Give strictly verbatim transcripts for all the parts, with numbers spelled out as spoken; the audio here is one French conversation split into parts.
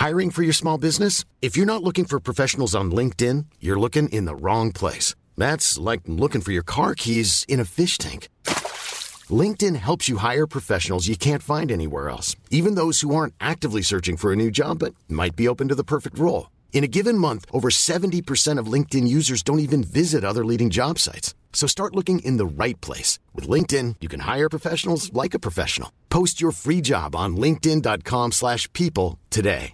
Hiring for your small business? If you're not looking for professionals on LinkedIn, you're looking in the wrong place. That's like looking for your car keys in a fish tank. LinkedIn helps you hire professionals you can't find anywhere else, even those who aren't actively searching for a new job but might be open to the perfect role. In a given month, over seventy percent of LinkedIn users don't even visit other leading job sites. So start looking in the right place. With LinkedIn, you can hire professionals like a professional. Post your free job on linkedin.com slash people today.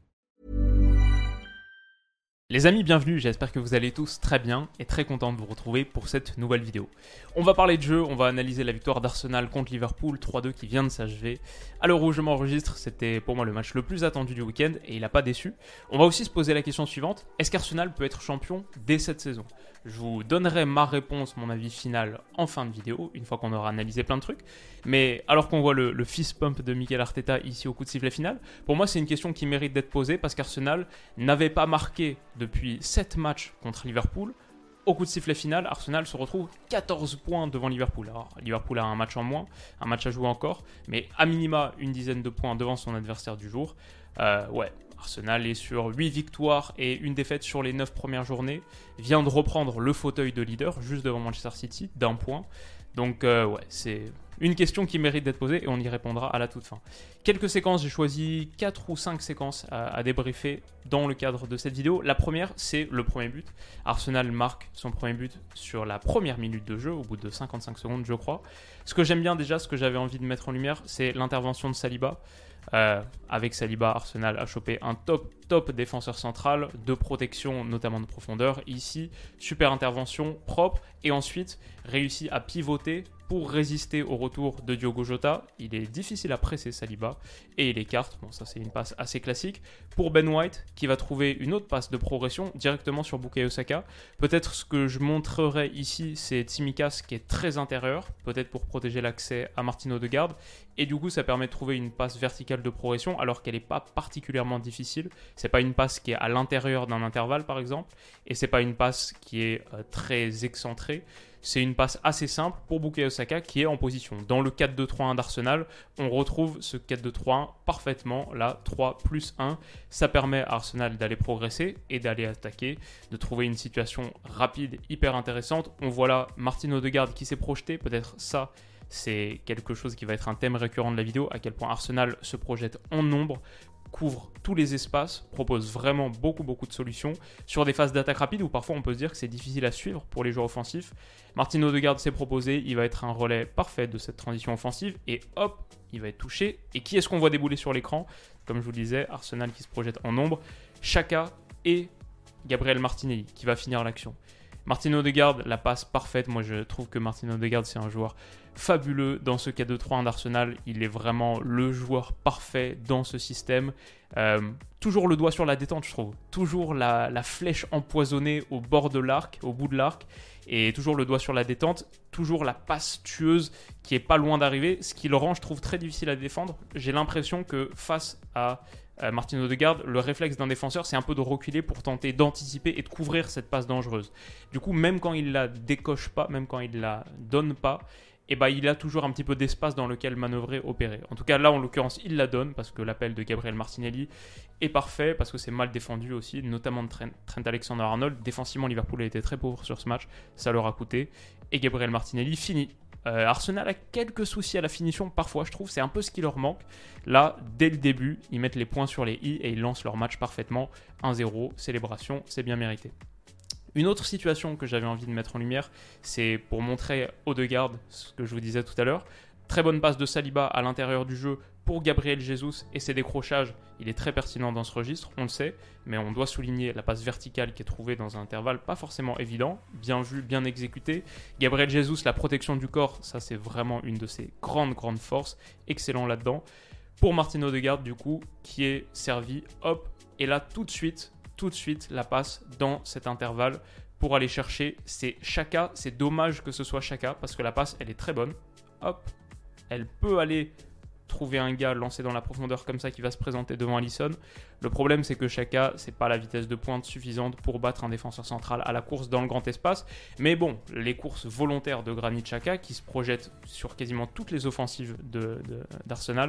Les amis, bienvenue, j'espère que vous allez tous très bien et très content de vous retrouver pour cette nouvelle vidéo. On va parler de jeu, on va analyser la victoire d'Arsenal contre Liverpool trois deux qui vient de s'achever. À l'heure où je m'enregistre, c'était pour moi le match le plus attendu du week-end et il n'a pas déçu. On va aussi se poser la question suivante, est-ce qu'Arsenal peut être champion dès cette saison ? Je vous donnerai ma réponse, mon avis final en fin de vidéo, une fois qu'on aura analysé plein de trucs. Mais alors qu'on voit le, le fist pump de Mikel Arteta ici au coup de sifflet final, pour moi c'est une question qui mérite d'être posée parce qu'Arsenal n'avait pas marqué depuis sept matchs contre Liverpool. Au coup de sifflet final, Arsenal se retrouve quatorze points devant Liverpool. Alors, Liverpool a un match en moins, un match à jouer encore, mais à minima une dizaine de points devant son adversaire du jour. Euh, ouais, Arsenal est sur huit victoires et une défaite sur les neuf premières journées, vient de reprendre le fauteuil de leader juste devant Manchester City d'un point. Donc euh, ouais, c'est une question qui mérite d'être posée et on y répondra à la toute fin. Quelques séquences, j'ai choisi quatre ou cinq séquences à, à débriefer dans le cadre de cette vidéo. La première, c'est le premier but. Arsenal marque son premier but sur la première minute de jeu, au bout de cinquante-cinq secondes, je crois. Ce que j'aime bien déjà, ce que j'avais envie de mettre en lumière, c'est l'intervention de Saliba. Euh, avec Saliba, Arsenal a chopé un top, top défenseur central de protection, notamment de profondeur. Ici, super intervention, propre, et ensuite réussi à pivoter pour résister au retour de Diogo Jota. Il est difficile à presser Saliba et il écarte. Bon, ça c'est une passe assez classique. Pour Ben White, qui va trouver une autre passe de progression directement sur Bukayo Saka. Peut-être ce que je montrerai ici, c'est Tsimikas qui est très intérieur, peut-être pour protéger l'accès à Martin Odegaard. Et du coup, ça permet de trouver une passe verticale de progression alors qu'elle n'est pas particulièrement difficile. C'est pas une passe qui est à l'intérieur d'un intervalle par exemple, et c'est pas une passe qui est euh, très excentrée. C'est une passe assez simple pour Bukayo Saka qui est en position. Dans le quatre deux trois un d'Arsenal, on retrouve ce quatre deux trois un parfaitement, là, trois plus un. Ça permet à Arsenal d'aller progresser et d'aller attaquer, de trouver une situation rapide, hyper intéressante. On voit là Martin Odegaard qui s'est projeté, peut-être ça, c'est quelque chose qui va être un thème récurrent de la vidéo, à quel point Arsenal se projette en nombre, couvre tous les espaces, propose vraiment beaucoup beaucoup de solutions sur des phases d'attaque rapide où parfois on peut se dire que c'est difficile à suivre pour les joueurs offensifs. Martin Odegaard s'est proposé, il va être un relais parfait de cette transition offensive et hop, il va être touché. Et qui est-ce qu'on voit débouler sur l'écran ? Comme je vous le disais, Arsenal qui se projette en nombre, Xhaka et Gabriel Martinelli qui va finir l'action. Martin Odegaard, la passe parfaite. Moi, je trouve que Martin Odegaard, c'est un joueur fabuleux dans ce quatre deux trois un d'Arsenal. Il est vraiment le joueur parfait dans ce système. Euh, toujours le doigt sur la détente, je trouve. Toujours la, la flèche empoisonnée au bord de l'arc, au bout de l'arc. Et toujours le doigt sur la détente. Toujours la passe tueuse qui est pas loin d'arriver. Ce qui le rend, je trouve, très difficile à défendre. J'ai l'impression que face à Euh, Martin Odegaard, le réflexe d'un défenseur, c'est un peu de reculer pour tenter d'anticiper et de couvrir cette passe dangereuse. Du coup, même quand il la décoche pas, même quand il la donne pas, eh ben, il a toujours un petit peu d'espace dans lequel manœuvrer, opérer. En tout cas, là, en l'occurrence, il la donne parce que l'appel de Gabriel Martinelli est parfait, parce que c'est mal défendu aussi, notamment de Trent, Trent Alexander-Arnold. Défensivement, Liverpool a été très pauvre sur ce match, ça leur a coûté. Et Gabriel Martinelli finit. Euh, Arsenal a quelques soucis à la finition, parfois je trouve, c'est un peu ce qui leur manque. Là, dès le début, ils mettent les points sur les i et ils lancent leur match parfaitement. un zéro, célébration, c'est bien mérité. Une autre situation que j'avais envie de mettre en lumière, c'est pour montrer Odegaard, ce que je vous disais tout à l'heure. Très bonne passe de Saliba à l'intérieur du jeu pour Gabriel Jesus et ses décrochages. Il est très pertinent dans ce registre, on le sait, mais on doit souligner la passe verticale qui est trouvée dans un intervalle pas forcément évident, bien vu, bien exécuté. Gabriel Jesus, la protection du corps, ça c'est vraiment une de ses grandes, grandes forces, excellent là-dedans. Pour Martin Odegaard, du coup, qui est servi, hop, et là tout de suite, tout de suite, la passe dans cet intervalle pour aller chercher, c'est Xhaka, c'est dommage que ce soit Xhaka, parce que la passe, elle est très bonne, hop, elle peut aller trouver un gars lancé dans la profondeur comme ça qui va se présenter devant Alisson. Le problème, c'est que Xhaka, c'est pas la vitesse de pointe suffisante pour battre un défenseur central à la course dans le grand espace. Mais bon, les courses volontaires de Granit Xhaka qui se projettent sur quasiment toutes les offensives de, de, d'Arsenal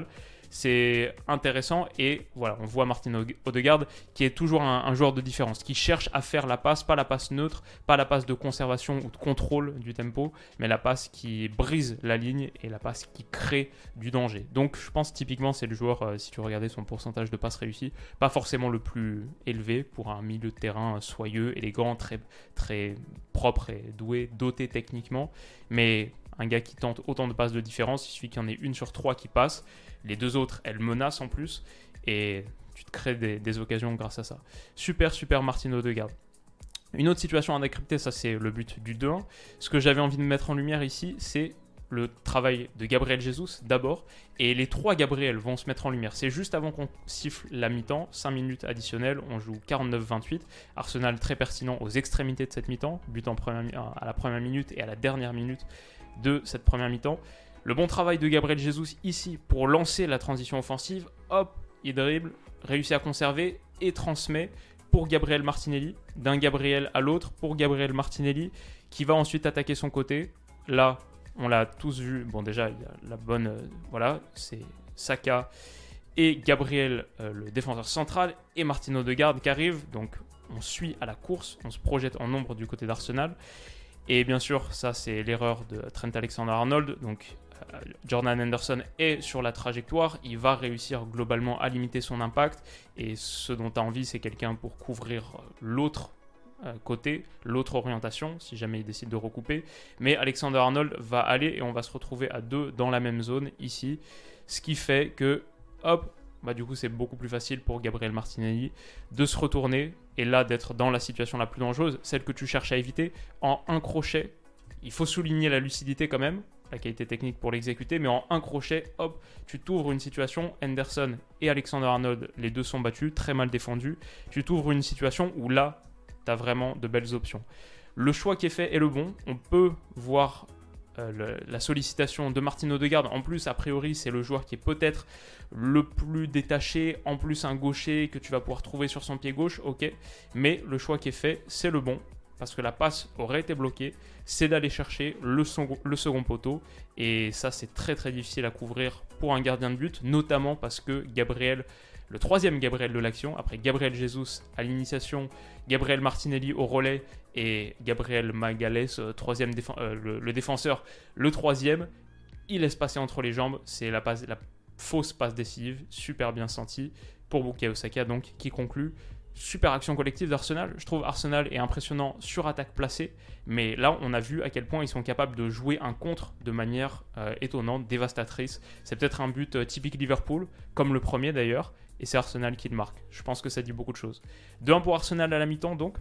c'est intéressant. Et voilà, on voit Martin Odegaard qui est toujours un, un joueur de différence, qui cherche à faire la passe, pas la passe neutre, pas la passe de conservation ou de contrôle du tempo, mais la passe qui brise la ligne et la passe qui crée du danger. Donc je pense typiquement c'est le joueur, euh, si tu regardais son pourcentage de passes réussies, pas forcément le plus élevé pour un milieu de terrain soyeux, élégant, très, très propre et doué, doté techniquement, mais un gars qui tente autant de passes de différence, il suffit qu'il y en ait une sur trois qui passe. Les deux autres, elles menacent en plus. Et tu te crées des, des occasions grâce à ça. Super, super Martin Odegaard. Une autre situation à décrypter, ça c'est le but du deux un. Ce que j'avais envie de mettre en lumière ici, c'est le travail de Gabriel Jesus d'abord. Et les trois Gabriel vont se mettre en lumière. C'est juste avant qu'on siffle la mi-temps, cinq minutes additionnelles, on joue quarante-neuf vingt-huit. Arsenal très pertinent aux extrémités de cette mi-temps, but en première, à la première minute et à la dernière minute de cette première mi-temps. Le bon travail de Gabriel Jesus ici pour lancer la transition offensive. Hop, il dribble, réussit à conserver et transmet pour Gabriel Martinelli, d'un Gabriel à l'autre pour Gabriel Martinelli qui va ensuite attaquer son côté. Là, on l'a tous vu. Bon, déjà, il y a la bonne... Euh, voilà, c'est Saka et Gabriel, euh, le défenseur central, et Martin Odegaard qui arrive. Donc, on suit à la course, on se projette en nombre du côté d'Arsenal. Et bien sûr, ça c'est l'erreur de Trent Alexander-Arnold. Donc euh, Jordan Henderson est sur la trajectoire, il va réussir globalement à limiter son impact. Et ce dont tu as envie, c'est quelqu'un pour couvrir l'autre euh, côté, l'autre orientation, si jamais il décide de recouper. Mais Alexander-Arnold va aller et on va se retrouver à deux dans la même zone ici. Ce qui fait que, hop, bah du coup c'est beaucoup plus facile pour Gabriel Martinelli de se retourner et là d'être dans la situation la plus dangereuse, celle que tu cherches à éviter, en un crochet. Il faut souligner la lucidité quand même, la qualité technique pour l'exécuter, mais en un crochet, hop, tu t'ouvres une situation. Henderson et Alexander-Arnold, les deux sont battus, très mal défendus. Tu t'ouvres une situation où là, tu as vraiment de belles options. Le choix qui est fait est le bon. On peut voir euh, le, la sollicitation de Martin Odegaard. En plus, a priori, c'est le joueur qui est peut-être le plus détaché, en plus un gaucher que tu vas pouvoir trouver sur son pied gauche, ok. Mais le choix qui est fait, c'est le bon. Parce que la passe aurait été bloquée, c'est d'aller chercher le, son, le second poteau. Et ça, c'est très très difficile à couvrir pour un gardien de but, notamment parce que Gabriel, le troisième Gabriel de l'action, après Gabriel Jesus à l'initiation, Gabriel Martinelli au relais et Gabriel Magalhaes, troisième défen- euh, le, le défenseur, le troisième, il laisse passer entre les jambes. C'est la, passe, la fausse passe décisive, super bien sentie pour Bukayo Saka, donc qui conclut. Super action collective d'Arsenal. Je trouve Arsenal est impressionnant sur attaque placée, mais là on a vu à quel point ils sont capables de jouer un contre de manière euh, étonnante, dévastatrice. C'est peut-être un but euh, typique Liverpool, comme le premier d'ailleurs, et c'est Arsenal qui le marque. Je pense que ça dit beaucoup de choses. deux un pour Arsenal à la mi-temps donc.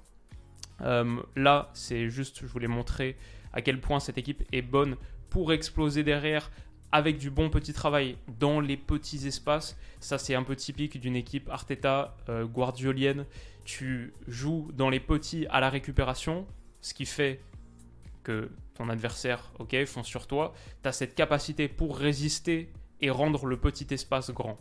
Euh, là c'est juste, je voulais montrer à quel point cette équipe est bonne pour exploser derrière, avec du bon petit travail dans les petits espaces. Ça, c'est un peu typique d'une équipe Arteta, euh, guardiolienne. Tu joues dans les petits à la récupération, ce qui fait que ton adversaire, ok, fonce sur toi. Tu as cette capacité pour résister et rendre le petit espace grand.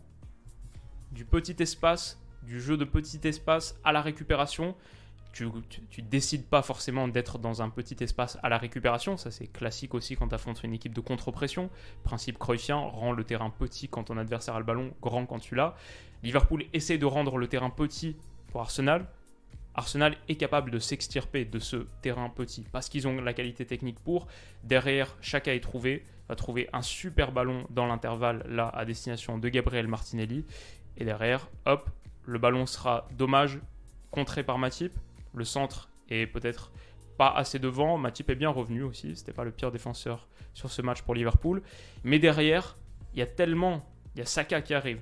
Du petit espace, du jeu de petit espace à la récupération. Tu ne décides pas forcément d'être dans un petit espace à la récupération. Ça, c'est classique aussi quand tu affrontes une équipe de contre-pression. Principe cruyffien, rend le terrain petit quand ton adversaire a le ballon, grand quand tu l'as. Liverpool essaie de rendre le terrain petit pour Arsenal. Arsenal est capable de s'extirper de ce terrain petit parce qu'ils ont la qualité technique pour. Derrière, Xhaka est trouvé, va trouver un super ballon dans l'intervalle là à destination de Gabriel Martinelli. Et derrière, hop, le ballon sera dommage, contré par Matip. Le centre est peut-être pas assez devant. Matip est bien revenu aussi. C'était pas le pire défenseur sur ce match pour Liverpool. Mais derrière, il y a tellement... Il y a Saka qui arrive.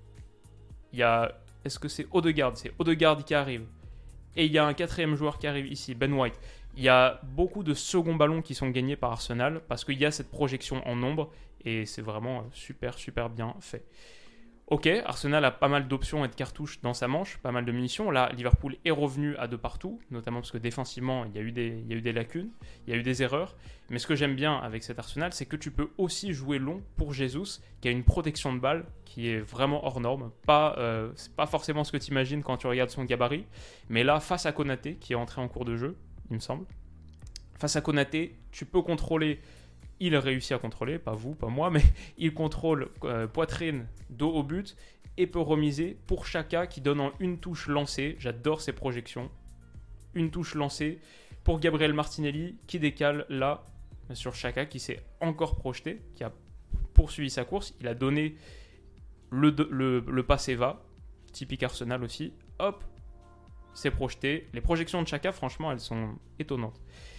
Il y a... Est-ce que c'est Odegaard ? C'est Odegaard qui arrive. Et il y a un quatrième joueur qui arrive ici, Ben White. Il y a beaucoup de seconds ballons qui sont gagnés par Arsenal parce qu'il y a cette projection en nombre. Et c'est vraiment super, super bien fait. Ok, Arsenal a pas mal d'options et de cartouches dans sa manche, pas mal de munitions. Là, Liverpool est revenu à deux partout, notamment parce que défensivement, il y a eu des, il y a eu des lacunes, il y a eu des erreurs. Mais ce que j'aime bien avec cet Arsenal, c'est que tu peux aussi jouer long pour Jesus, qui a une protection de balle qui est vraiment hors norme. Pas, euh, c'est pas forcément ce que tu imagines quand tu regardes son gabarit. Mais là, face à Konaté, qui est entré en cours de jeu, il me semble, face à Konaté, tu peux contrôler il réussit à contrôler, pas vous, pas moi, mais il contrôle euh, poitrine, dos au but et peut remiser pour Xhaka qui donne en une touche lancée. J'adore ces projections. Une touche lancée pour Gabriel Martinelli qui décale là sur Xhaka qui s'est encore projeté, qui a poursuivi sa course. Il a donné le, le, le passe va, typique Arsenal aussi. Hop, c'est projeté. Les projections de Xhaka, franchement, elles sont étonnantes.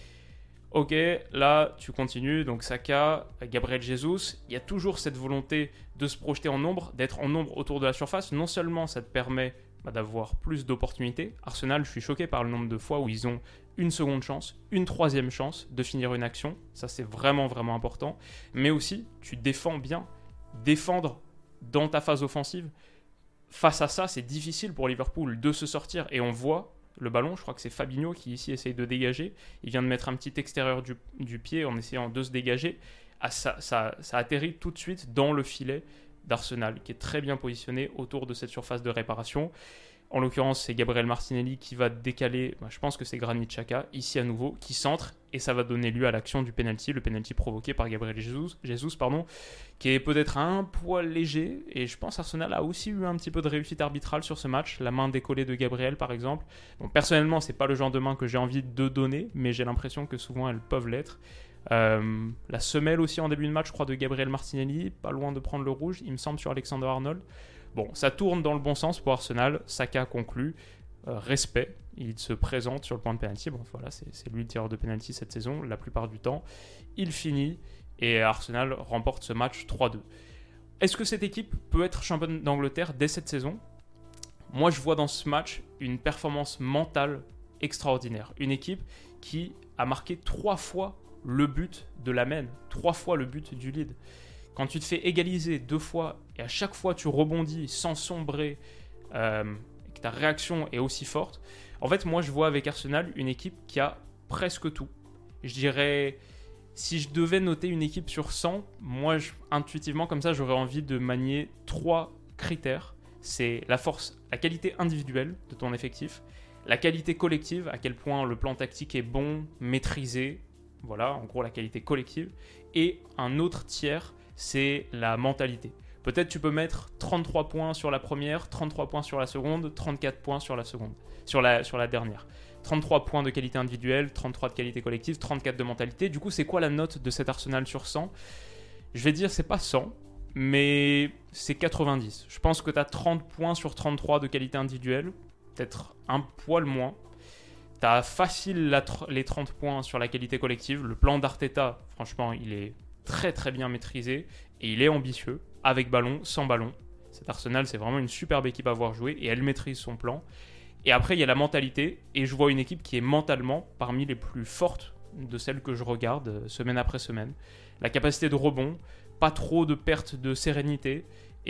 Ok, là, tu continues. Donc Saka, Gabriel Jesus, il y a toujours cette volonté de se projeter en nombre, d'être en nombre autour de la surface. Non seulement ça te permet bah, d'avoir plus d'opportunités. Arsenal, je suis choqué par le nombre de fois où ils ont une seconde chance, une troisième chance de finir une action. Ça, c'est vraiment, vraiment important. Mais aussi, tu défends bien. Défendre dans ta phase offensive. Face à ça, c'est difficile pour Liverpool de se sortir. Et on voit le ballon, je crois que c'est Fabinho qui ici essaye de dégager. Il vient de mettre un petit extérieur du, du pied en essayant de se dégager. Ah, ça, ça, ça atterrit tout de suite dans le filet d'Arsenal, qui est très bien positionné autour de cette surface de réparation. En l'occurrence, c'est Gabriel Martinelli qui va décaler, bah, je pense que c'est Granit Xhaka, ici à nouveau, qui centre, et ça va donner lieu à l'action du penalty, le penalty provoqué par Gabriel Jesus, Jesus pardon, qui est peut-être un poil léger, et je pense Arsenal a aussi eu un petit peu de réussite arbitrale sur ce match, la main décollée de Gabriel par exemple. Donc personnellement, c'est pas le genre de main que j'ai envie de donner, mais j'ai l'impression que souvent elles peuvent l'être. Euh, la semelle aussi en début de match, je crois, de Gabriel Martinelli, pas loin de prendre le rouge, il me semble, sur Alexander Arnold. Bon, ça tourne dans le bon sens pour Arsenal. Saka conclut. Euh, respect. Il se présente sur le point de pénalty. Bon, voilà, c'est, c'est lui le tireur de pénalty cette saison, la plupart du temps. Il finit et Arsenal remporte ce match trois deux. Est-ce que cette équipe peut être championne d'Angleterre dès cette saison ? Moi, je vois dans ce match une performance mentale extraordinaire. Une équipe qui a marqué trois fois le but de la main, trois fois le but du lead. Quand tu te fais égaliser deux fois et à chaque fois tu rebondis sans sombrer euh, et que ta réaction est aussi forte, en fait, moi je vois avec Arsenal une équipe qui a presque tout. Je dirais, si je devais noter une équipe sur cent, moi je, intuitivement comme ça j'aurais envie de manier trois critères. C'est la force, la qualité individuelle de ton effectif, la qualité collective, à quel point le plan tactique est bon, maîtrisé, voilà, en gros la qualité collective, et un autre tiers, c'est la mentalité. Peut-être tu peux mettre trente-trois points sur la première, trente-trois points sur la seconde, trente-quatre points sur la seconde, sur la, sur la dernière. trente-trois points de qualité individuelle, trente-trois de qualité collective, trente-quatre de mentalité. Du coup, c'est quoi la note de cet Arsenal sur cent ? Je vais dire, c'est pas cent, mais c'est quatre-vingt-dix. Je pense que tu as trente points sur trente-trois de qualité individuelle, peut-être un poil moins. Tu as facile la tr- les trente points sur la qualité collective. Le plan d'Arteta, franchement, il est très très bien maîtrisé et il est ambitieux, avec ballon, sans ballon. Cet Arsenal, c'est vraiment une superbe équipe à voir jouer et elle maîtrise son plan. Et après, il y a la mentalité et je vois une équipe qui est mentalement parmi les plus fortes de celles que je regarde semaine après semaine. La capacité de rebond, pas trop de perte de sérénité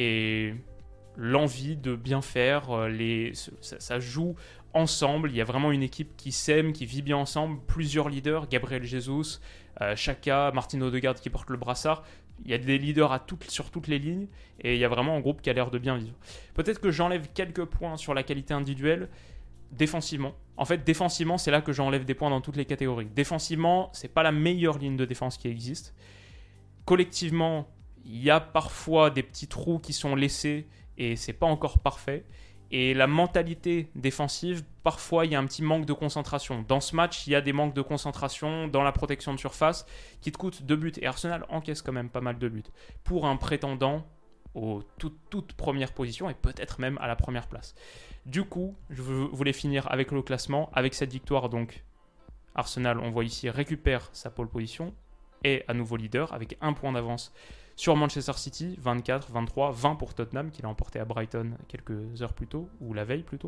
et l'envie de bien faire. Les... Ça, ça joue ensemble, il y a vraiment une équipe qui s'aime, qui vit bien ensemble, plusieurs leaders, Gabriel Jesus, euh, Xhaka, Martin Odegaard qui porte le brassard, il y a des leaders à toutes, sur toutes les lignes et il y a vraiment un groupe qui a l'air de bien vivre. Peut-être que j'enlève quelques points sur la qualité individuelle défensivement. En fait, défensivement, c'est là que j'enlève des points dans toutes les catégories. Défensivement, c'est pas la meilleure ligne de défense qui existe. Collectivement, il y a parfois des petits trous qui sont laissés et c'est pas encore parfait. Et la mentalité défensive, parfois, il y a un petit manque de concentration. Dans ce match, il y a des manques de concentration dans la protection de surface qui te coûtent deux buts. Et Arsenal encaisse quand même pas mal de buts pour un prétendant aux toutes, toutes premières positions et peut-être même à la première place. Du coup, je voulais finir avec le classement. Avec cette victoire, donc, Arsenal, on voit ici, récupère sa pole position et à nouveau leader avec un point d'avance sur Manchester City, vingt-quatre, vingt-trois, vingt pour Tottenham, qu'il a emporté à Brighton quelques heures plus tôt, ou la veille plutôt.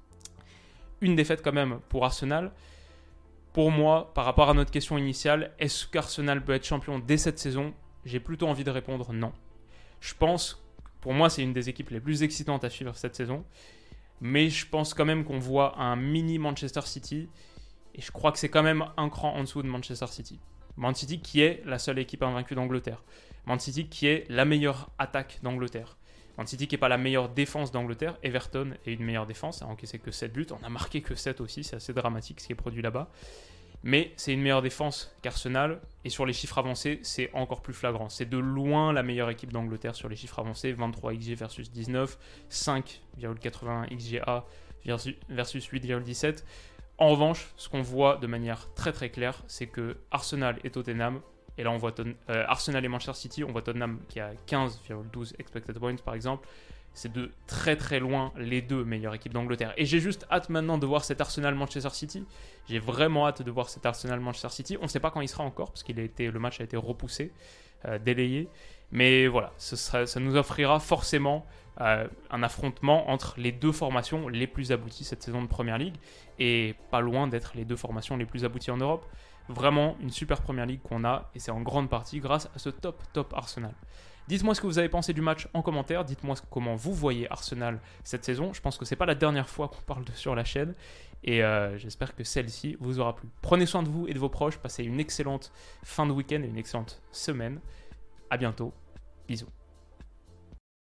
Une défaite quand même pour Arsenal. Pour moi, par rapport à notre question initiale, est-ce qu'Arsenal peut être champion dès cette saison ? J'ai plutôt envie de répondre non. Je pense, pour moi, c'est une des équipes les plus excitantes à suivre cette saison. Mais je pense quand même qu'on voit un mini Manchester City. Et je crois que c'est quand même un cran en dessous de Manchester City. Man City qui est la seule équipe invaincue d'Angleterre. Man City qui est la meilleure attaque d'Angleterre. Man City qui n'est pas la meilleure défense d'Angleterre. Everton est une meilleure défense, a encaissé que sept buts. On a marqué que sept aussi, c'est assez dramatique ce qui est produit là-bas. Mais c'est une meilleure défense qu'Arsenal. Et sur les chiffres avancés, c'est encore plus flagrant. C'est de loin la meilleure équipe d'Angleterre sur les chiffres avancés. vingt-trois X G versus dix-neuf, cinq virgule quatre-vingts X G A versus huit virgule dix-sept. En revanche, ce qu'on voit de manière très très claire, c'est que Arsenal et Tottenham, et là on voit Ton- euh, Arsenal et Manchester City, on voit Tottenham qui a quinze virgule douze expected points par exemple, c'est de très très loin les deux meilleures équipes d'Angleterre. Et j'ai juste hâte maintenant de voir cet Arsenal-Manchester City. J'ai vraiment hâte de voir cet Arsenal-Manchester City. On ne sait pas quand il sera encore, parce que le match a été repoussé, euh, délayé. Mais voilà, ce sera, ça nous offrira forcément euh, un affrontement entre les deux formations les plus abouties cette saison de Premier League, et pas loin d'être les deux formations les plus abouties en Europe. Vraiment une super Premier League qu'on a, et c'est en grande partie grâce à ce top top Arsenal. Dites-moi ce que vous avez pensé du match en commentaire, dites-moi comment vous voyez Arsenal cette saison. Je pense que c'est pas la dernière fois qu'on parle de sur la chaîne, et euh, j'espère que celle-ci vous aura plu. Prenez soin de vous et de vos proches, passez une excellente fin de week-end et une excellente semaine. À bientôt, bisous.